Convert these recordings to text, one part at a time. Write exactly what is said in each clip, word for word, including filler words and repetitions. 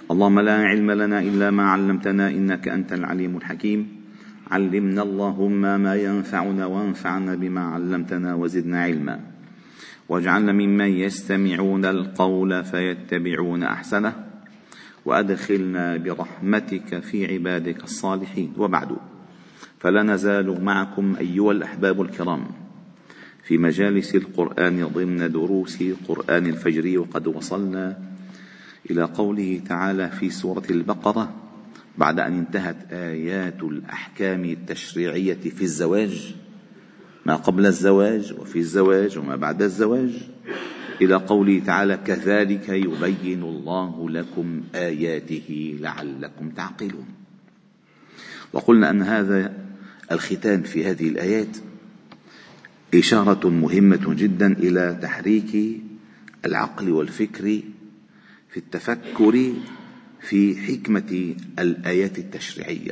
اللهم لا علم لنا إلا ما علمتنا إنك أنت العليم الحكيم. علمنا اللهم ما ينفعنا وانفعنا بما علمتنا وزدنا علما، واجعلنا ممن يستمعون القول فيتبعون أحسنه، وأدخلنا برحمتك في عبادك الصالحين. وبعد، فلا نزال معكم أيها الأحباب الكرام في مجالس القرآن ضمن دروس قرآن الفجر، وقد وصلنا إلى قوله تعالى في سورة البقرة بعد أن انتهت آيات الأحكام التشريعية في الزواج، ما قبل الزواج وفي الزواج وما بعد الزواج، إلى قوله تعالى: كذلك يبين الله لكم آياته لعلكم تعقلون. وقلنا أن هذا الختام في هذه الآيات إشارة مهمة جدا إلى تحريك العقل والفكر في التفكر في حكمة الآيات التشريعية،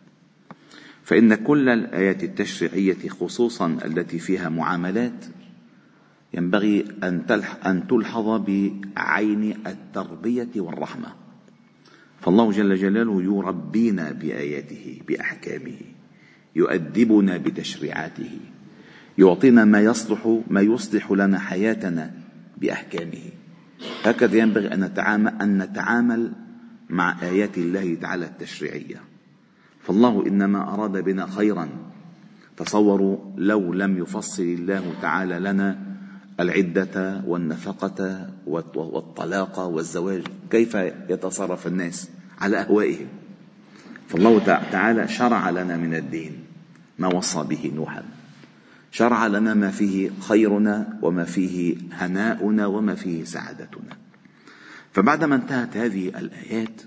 فإن كل الآيات التشريعية خصوصا التي فيها معاملات ينبغي أن تلحظ بعين التربية والرحمة. فالله جل جلاله يربينا بآياته بأحكامه، يؤدبنا بتشريعاته، يعطينا ما يصلح ما يصلح لنا حياتنا بأحكامه. هكذا ينبغي أن نتعامل, أن نتعامل مع آيات الله تعالى التشريعية. فالله إنما أراد بنا خيرا. تصوروا لو لم يفصل الله تعالى لنا العدة والنفقة والطلاق والزواج، كيف يتصرف الناس على أهوائهم؟ فالله تعالى شرع لنا من الدين ما وصى به نوحا، شرع لنا ما فيه خيرنا وما فيه هناؤنا وما فيه سعادتنا. فبعدما انتهت هذه الآيات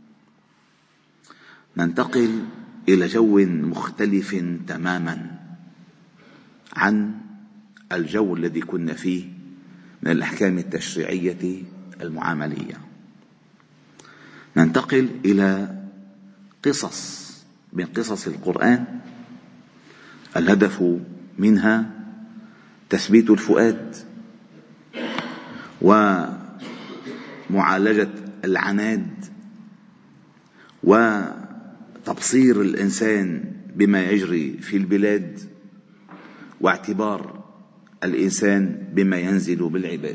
ننتقل إلى جو مختلف تماما عن الجو الذي كنا فيه من الأحكام التشريعية المعاملية. ننتقل إلى قصص من قصص القرآن الهدف منها تثبيت الفؤاد ومعالجة العناد وتبصير الإنسان بما يجري في البلاد، واعتبار الإنسان بما ينزل بالعباد.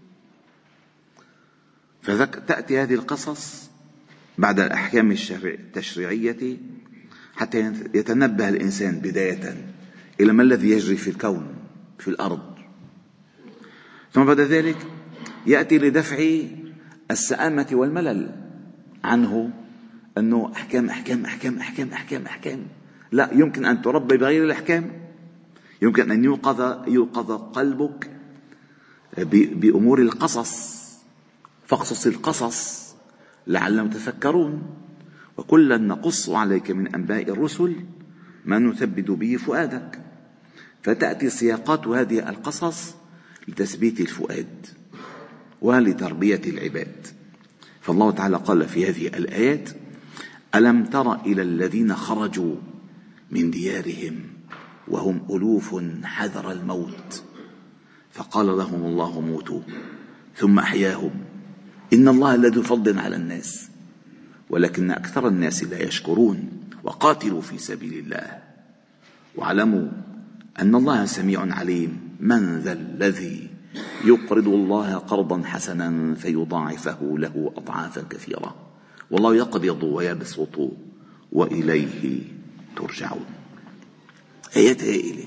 فتأتي هذه القصص بعد الأحكام التشريعية حتى يتنبه الإنسان بداية إلى ما الذي يجري في الكون في الأرض، ثم بعد ذلك يأتي لدفع السآمة والملل عنه، أنه أحكام أحكام أحكام أحكام أحكام أحكام. لا، يمكن أن تربي بغير الأحكام، يمكن أن يوقظ يوقظ قلبك بأمور القصص، فاقصص القصص لعلهم يتفكرون، وكلا نقص عليك من أنباء الرسل ما نثبت به فؤادك. فتأتي سياقات هذه القصص لتثبيت الفؤاد ولتربية العباد. فالله تعالى قال في هذه الآيات: ألم تر إلى الذين خرجوا من ديارهم وهم ألوف حذر الموت فقال لهم الله موتوا ثم أحياهم إن الله لذو فضل على الناس ولكن أكثر الناس لا يشكرون وقاتلوا في سبيل الله واعلموا أن الله سميع عليم من ذا الذي يقرض الله قرضا حسنا فيضاعفه له أضعافا كثيرة والله يقبض ويبسط وإليه ترجعون. آيات هائلة.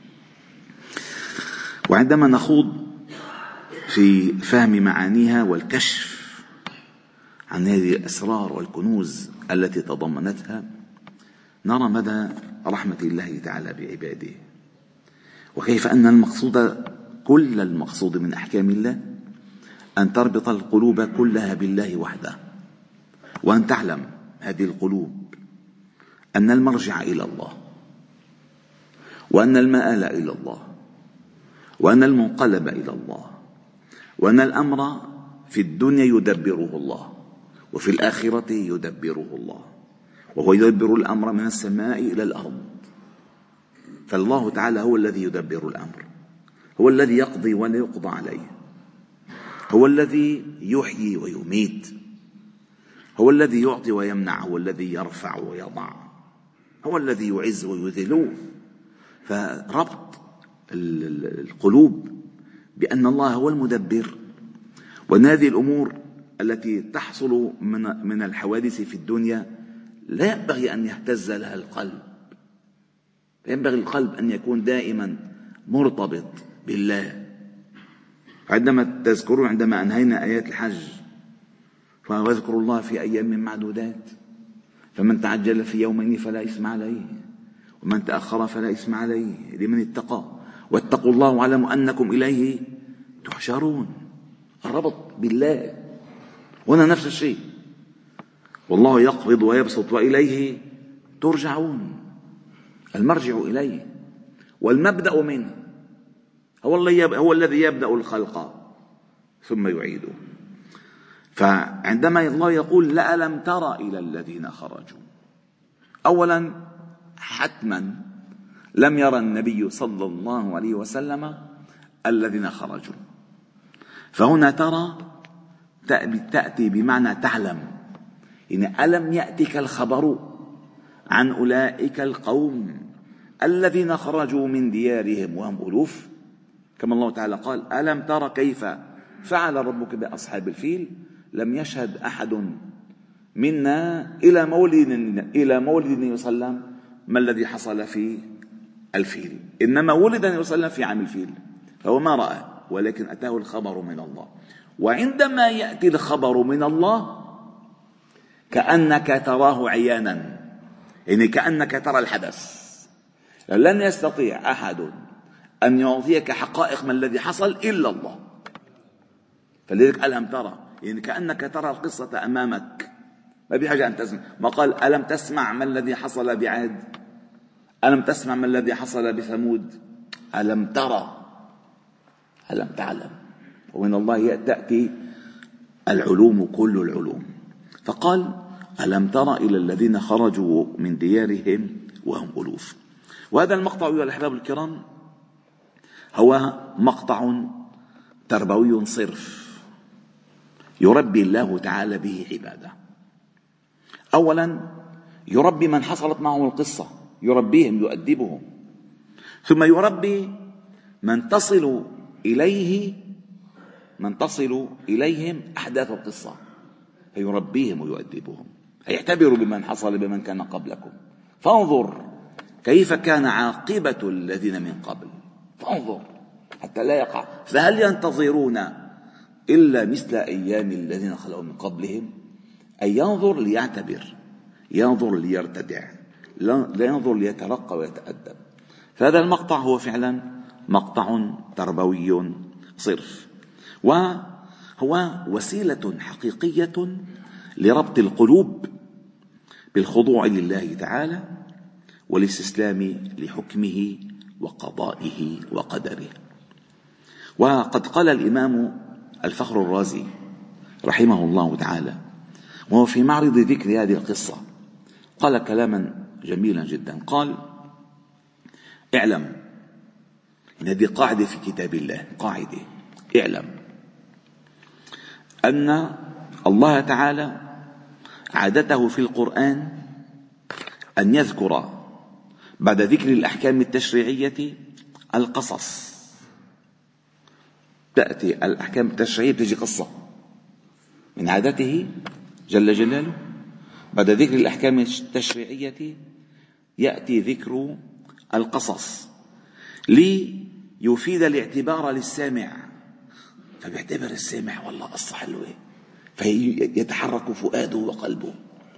وعندما نخوض في فهم معانيها والكشف عن هذه الأسرار والكنوز التي تضمنتها نرى مدى رحمة الله تعالى بعباده، وكيف أن المقصود كل المقصود من أحكام الله أن تربط القلوب كلها بالله وحده، وأن تعلم هذه القلوب أن المرجع إلى الله، وأن المآل إلى الله، وأن المنقلب إلى الله، وأن الأمر في الدنيا يدبره الله وفي الآخرة يدبره الله، وهو يدبر الأمر من السماء إلى الأرض. فالله تعالى هو الذي يدبر الأمر، هو الذي يقضي ولا يقضى عليه، هو الذي يحيي ويميت، هو الذي يعطي ويمنع، هو الذي يرفع ويضع، هو الذي يعز ويذل. فربط القلوب بأن الله هو المدبر، وأن هذه الأمور التي تحصل من من الحوادث في الدنيا لا ينبغي أن يهتز لها القلب، ينبغي القلب أن يكون دائما مرتبط بالله. عندما تذكرون عندما أنهينا آيات الحج فاذكروا الله في أيام معدودات، فمن تعجل في يومين فلا إثم عليه ومن تأخر فلا إثم عليه لمن اتقى واتقوا الله واعلموا أنكم إليه تحشرون. الربط بالله. هنا نفس الشيء، والله يقبض ويبسط وإليه ترجعون. المرجع إليه والمبدأ منه، هو الذي يبدأ الخلق ثم يعيده. فعندما الله يقول لألم تر إلى الذين خرجوا، أولا حتما لم يرى النبي صلى الله عليه وسلم الذين خرجوا، فهنا ترى تأتي بمعنى تعلم. إن ألم يأتك الخبر عن أولئك القوم الذين خرجوا من ديارهم وهم ألوف، كما الله تعالى قال ألم تر كيف فعل ربك بأصحاب الفيل. لم يشهد أحد منا إلى مولد إلى مولد النبي صلى الله عليه وسلم ما الذي حصل في الفيل، إنما ولد النبي صلى الله عليه وسلم في عام الفيل، فهو ما رأى، ولكن أتاه الخبر من الله. وعندما يأتي الخبر من الله كأنك تراه عيانا، يعني كأنك ترى الحدث. لن يستطيع أحد أن يعطيك حقائق ما الذي حصل إلا الله. فلذلك ألم ترى، يعني كأنك ترى القصة أمامك، ما بحاجة أن تسمع. ما قال ألم تسمع ما الذي حصل بعاد، ألم تسمع ما الذي حصل بثمود، ألم ترى، ألم تعلم. ومن الله تأتي العلوم كل العلوم. فقال ألم تر إلى الذين خرجوا من ديارهم وهم ألوف. وهذا المقطع أيها الأحباب الكرام هو مقطع تربوي صرف يربي الله تعالى به عباده. أولا يربي من حصلت معهم القصة، يربيهم يؤدبهم، ثم يربي من تصل إليه من تصل إليهم أحداث القصة، فيربيهم ويؤدبهم. يعتبروا بمن حصل بمن كان قبلكم، فانظر كيف كان عاقبة الذين من قبل، فانظر حتى لا يقع. فهل ينتظرون إلا مثل أيام الذين خلوا من قبلهم؟ أي ينظر ليعتبر، ينظر ليرتدع، لا ينظر ليترقى ويتأدب. فهذا المقطع هو فعلا مقطع تربوي صرف، وهو وسيلة حقيقية لربط القلوب بالخضوع لله تعالى والاستسلام لحكمه وقضائه وقدره. وقد قال الإمام الفخر الرازي رحمه الله تعالى وهو في معرض ذكر هذه القصة قال كلاما جميلا جدا. قال اعلم، إن هذه قاعدة في كتاب الله، قاعدة اعلم أن الله تعالى عادته في القرآن أن يذكر بعد ذكر الأحكام التشريعية القصص. تأتي الأحكام التشريعية تجي قصة، من عادته جل جلاله بعد ذكر الأحكام التشريعية يأتي ذكر القصص ليفيد الاعتبار للسامع، فبيعتبر السامع والله قصة حلوة، فيتحرك فؤاده وقلبه،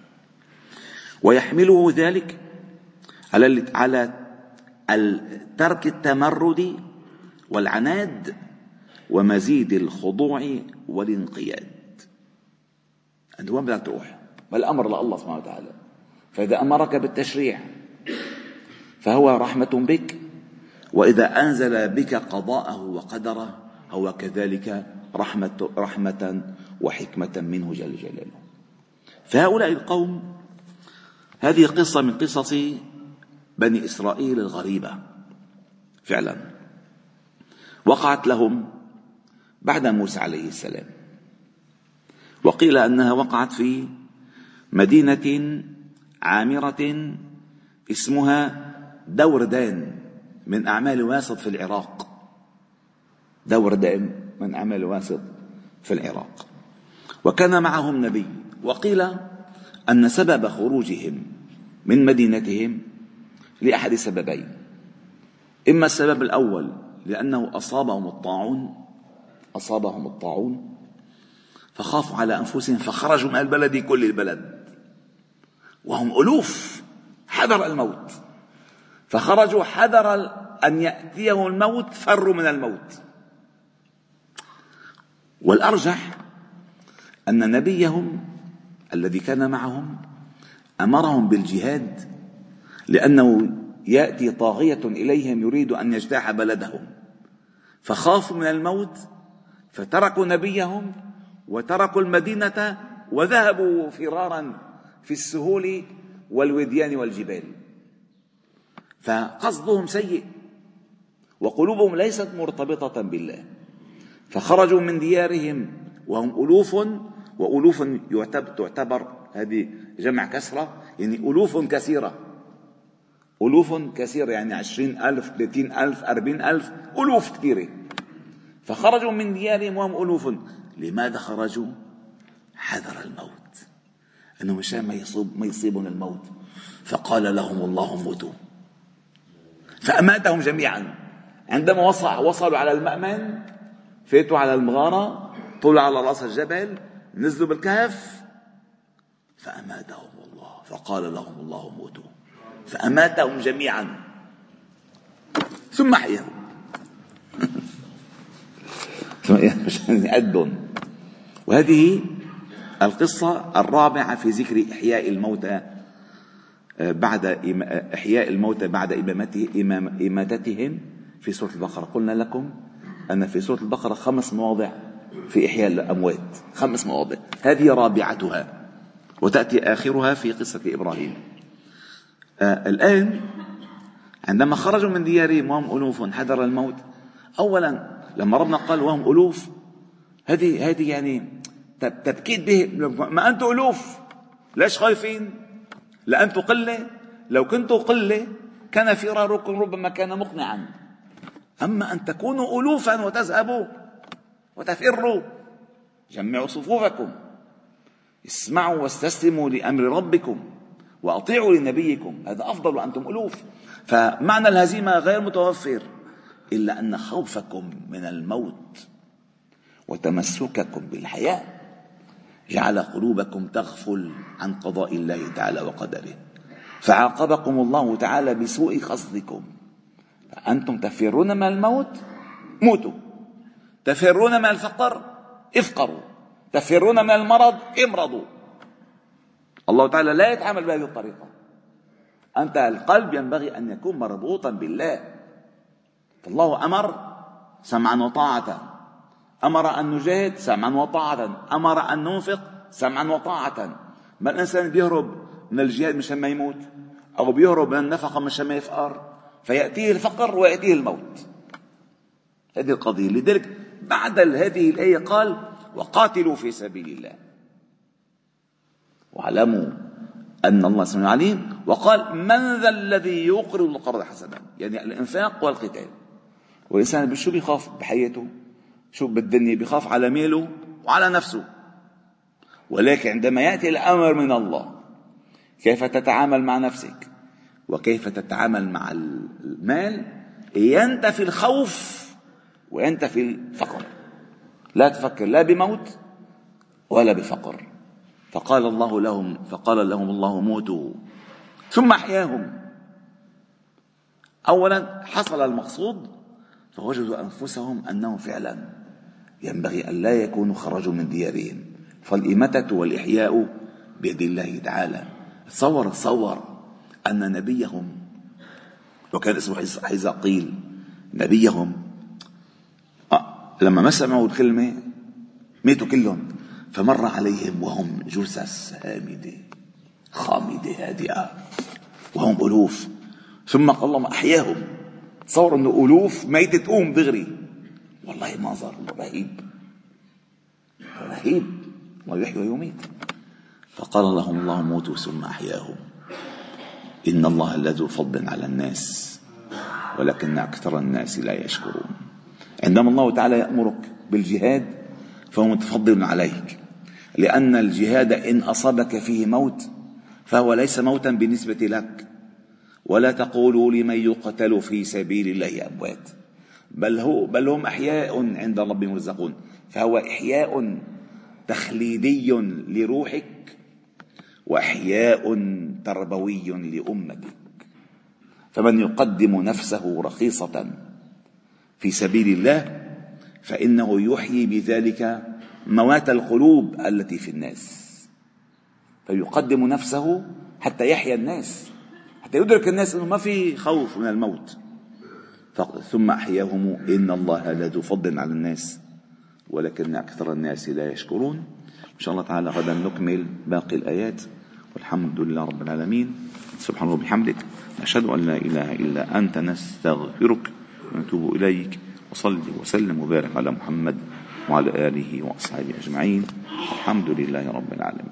ويحمله ذلك على على ترك التمرد والعناد ومزيد الخضوع والانقياد. أنت وين بدك تروح؟ والأمر لله سبحانه وتعالى، فإذا أمرك بالتشريع فهو رحمة بك، وإذا أنزل بك قضاءه وقدره هو كذلك رحمة, رحمة وحكمة منه جل جلاله. فهؤلاء القوم هذه قصة من قصص بني إسرائيل الغريبة فعلا، وقعت لهم بعد موسى عليه السلام، وقيل أنها وقعت في مدينة عامرة اسمها دوردان من أعمال واسط في العراق. دوردان من أعمال واسط في العراق. وكان معهم نبي. وقيل أن سبب خروجهم من مدينتهم لأحد سببين: إما السبب الأول لأنه أصابهم الطاعون أصابهم الطاعون فخافوا على أنفسهم فخرجوا من البلد كل البلد وهم ألوف، حذر الموت، فخرجوا حذر أن يأتيهم الموت، فروا من الموت. والأرجح أن نبيهم الذي كان معهم أمرهم بالجهاد، لأنه يأتي طاغية إليهم يريد أن يجتاح بلدهم، فخافوا من الموت فتركوا نبيهم وتركوا المدينة وذهبوا فرارا في السهول والوديان والجبال. فقصدهم سيء وقلوبهم ليست مرتبطة بالله، فخرجوا من ديارهم وهم ألوف، وألوف تعتبر هذه جمع كسرة، يعني ألوف كثيرة، ألوف كثيرة يعني عشرين ألف ثلاثين ألف أربعين ألف، ألوف كثيرة. فخرجوا من ديارهم وهم ألوف. لماذا خرجوا؟ حذر الموت، أنه مشان ما يصيب ما يصيبهم الموت. فقال لهم الله موتوا فأماتهم جميعا. عندما وصلوا على المأمن فاتوا على المغارة، طلعوا على رأس الجبل، نزلوا بالكهف، فأماتهم الله. فقال لهم الله موتوا فأماتهم جميعا ثم أحياهم مشان يأدون. وهذه القصة الرابعة في ذكر إحياء الموتى بعد إحياء الموتى بعد إماتتهم في سورة البقرة. قلنا لكم أن في سورة البقرة خمس مواضع في إحياء الأموات، خمس مواضع، هذه رابعتها، وتأتي آخرها في قصة إبراهيم. آه الآن عندما خرجوا من ديارهم وهم ألوف حذر الموت، أولا لما ربنا قال وهم ألوف، هذه هذه يعني تبكيت به. ما أنتم ألوف ليش خايفين؟ لأنتم قلة. لو كنتوا قلة كان فراركم ربما كان مقنعا، أما أن تكونوا ألوفا وتذهبوا وتفروا، جمعوا صفوفكم، اسمعوا واستسلموا لأمر ربكم وأطيعوا لنبيكم، هذا أفضل وأنتم ألوف. فمعنى الهزيمة غير متوفر، إلا أن خوفكم من الموت وتمسككم بالحياة جعل قلوبكم تغفل عن قضاء الله تعالى وقدره، فعاقبكم الله تعالى بسوء قصدكم. فأنتم تفرون من الموت، موتوا. تفرون من الفقر، افقروا. تفرون من المرض، امرضوا. الله تعالى لا يتعامل بهذه الطريقة. أنت القلب ينبغي أن يكون مربوطا بالله. فالله أمر سمعا وطاعة، أمر أن نجاهد سمعا وطاعة، أمر أن ننفق سمعا وطاعة. ما الإنسان بيهرب من الجهاد مشان ما يموت، أو بيهرب من النفقة مشان ما يفقر، فيأتيه الفقر ويأتيه الموت. هذه القضية. لذلك بعد هذه الآية قال وقاتلوا في سبيل الله واعلموا أن الله سميع عليم. وقال من ذا الذي يقرض القرض حسنا، يعني الإنفاق والقتال. والإنسان شو بيخاف بحياته؟ شو بالدنيا بيخاف على ماله وعلى نفسه. ولكن عندما يأتي الأمر من الله كيف تتعامل مع نفسك وكيف تتعامل مع المال، ينتفي الخوف وينتفي الفقر. لا تفكر لا بموت ولا بفقر. فقال الله لهم فقال لهم الله موتوا ثم أحياهم. أولا حصل المقصود، فوجدوا أنفسهم أنهم فعلا ينبغي أن لا يكونوا خرجوا من ديارهم. فالإماتة والإحياء بيد الله تعالى. تصور تصور أن نبيهم، وكان اسمه حزقيل نبيهم، لما ما سمعوا الكلمة ماتوا كلهم. فمر عليهم وهم جثث هامدة خامدة هادئة وهم ألوف، ثم قال الله أحياهم. تصور أنه ألوف ميتة تقوم دغري. والله منظر رهيب رهيب، الله يحيي ويميت. فقال لهم الله موتوا ثم أحياهم إن الله لذو فضل على الناس ولكن أكثر الناس لا يشكرون. عندما الله تعالى يأمرك بالجهاد فهو متفضل عليك، لأن الجهاد إن أصابك فيه موت فهو ليس موتا بالنسبة لك. ولا تقولوا لمن يقتل في سبيل الله أموات بل هو بل هم أحياء عند ربهم يرزقون، فهو إحياء تخليدي لروحك وإحياء تربوي لأمتك. فمن يقدم نفسه رخيصة في سبيل الله فإنه يحيي بذلك موات القلوب التي في الناس، فيقدم نفسه حتى يحيى الناس، حتى يدرك الناس أنه ما في خوف من الموت. ثم أحياهم إن الله لذو فضل على الناس ولكن أكثر الناس لا يشكرون. إن شاء الله تعالى غدا نكمل باقي الآيات، والحمد لله رب العالمين. سبحان الله وبحمدك، نشهد أن لا إله إلا أنت، نستغفرك ونتوب إليك. وصلي وسلم وبارك على محمد وعلى آله وأصحابه أجمعين. الحمد لله رب العالمين.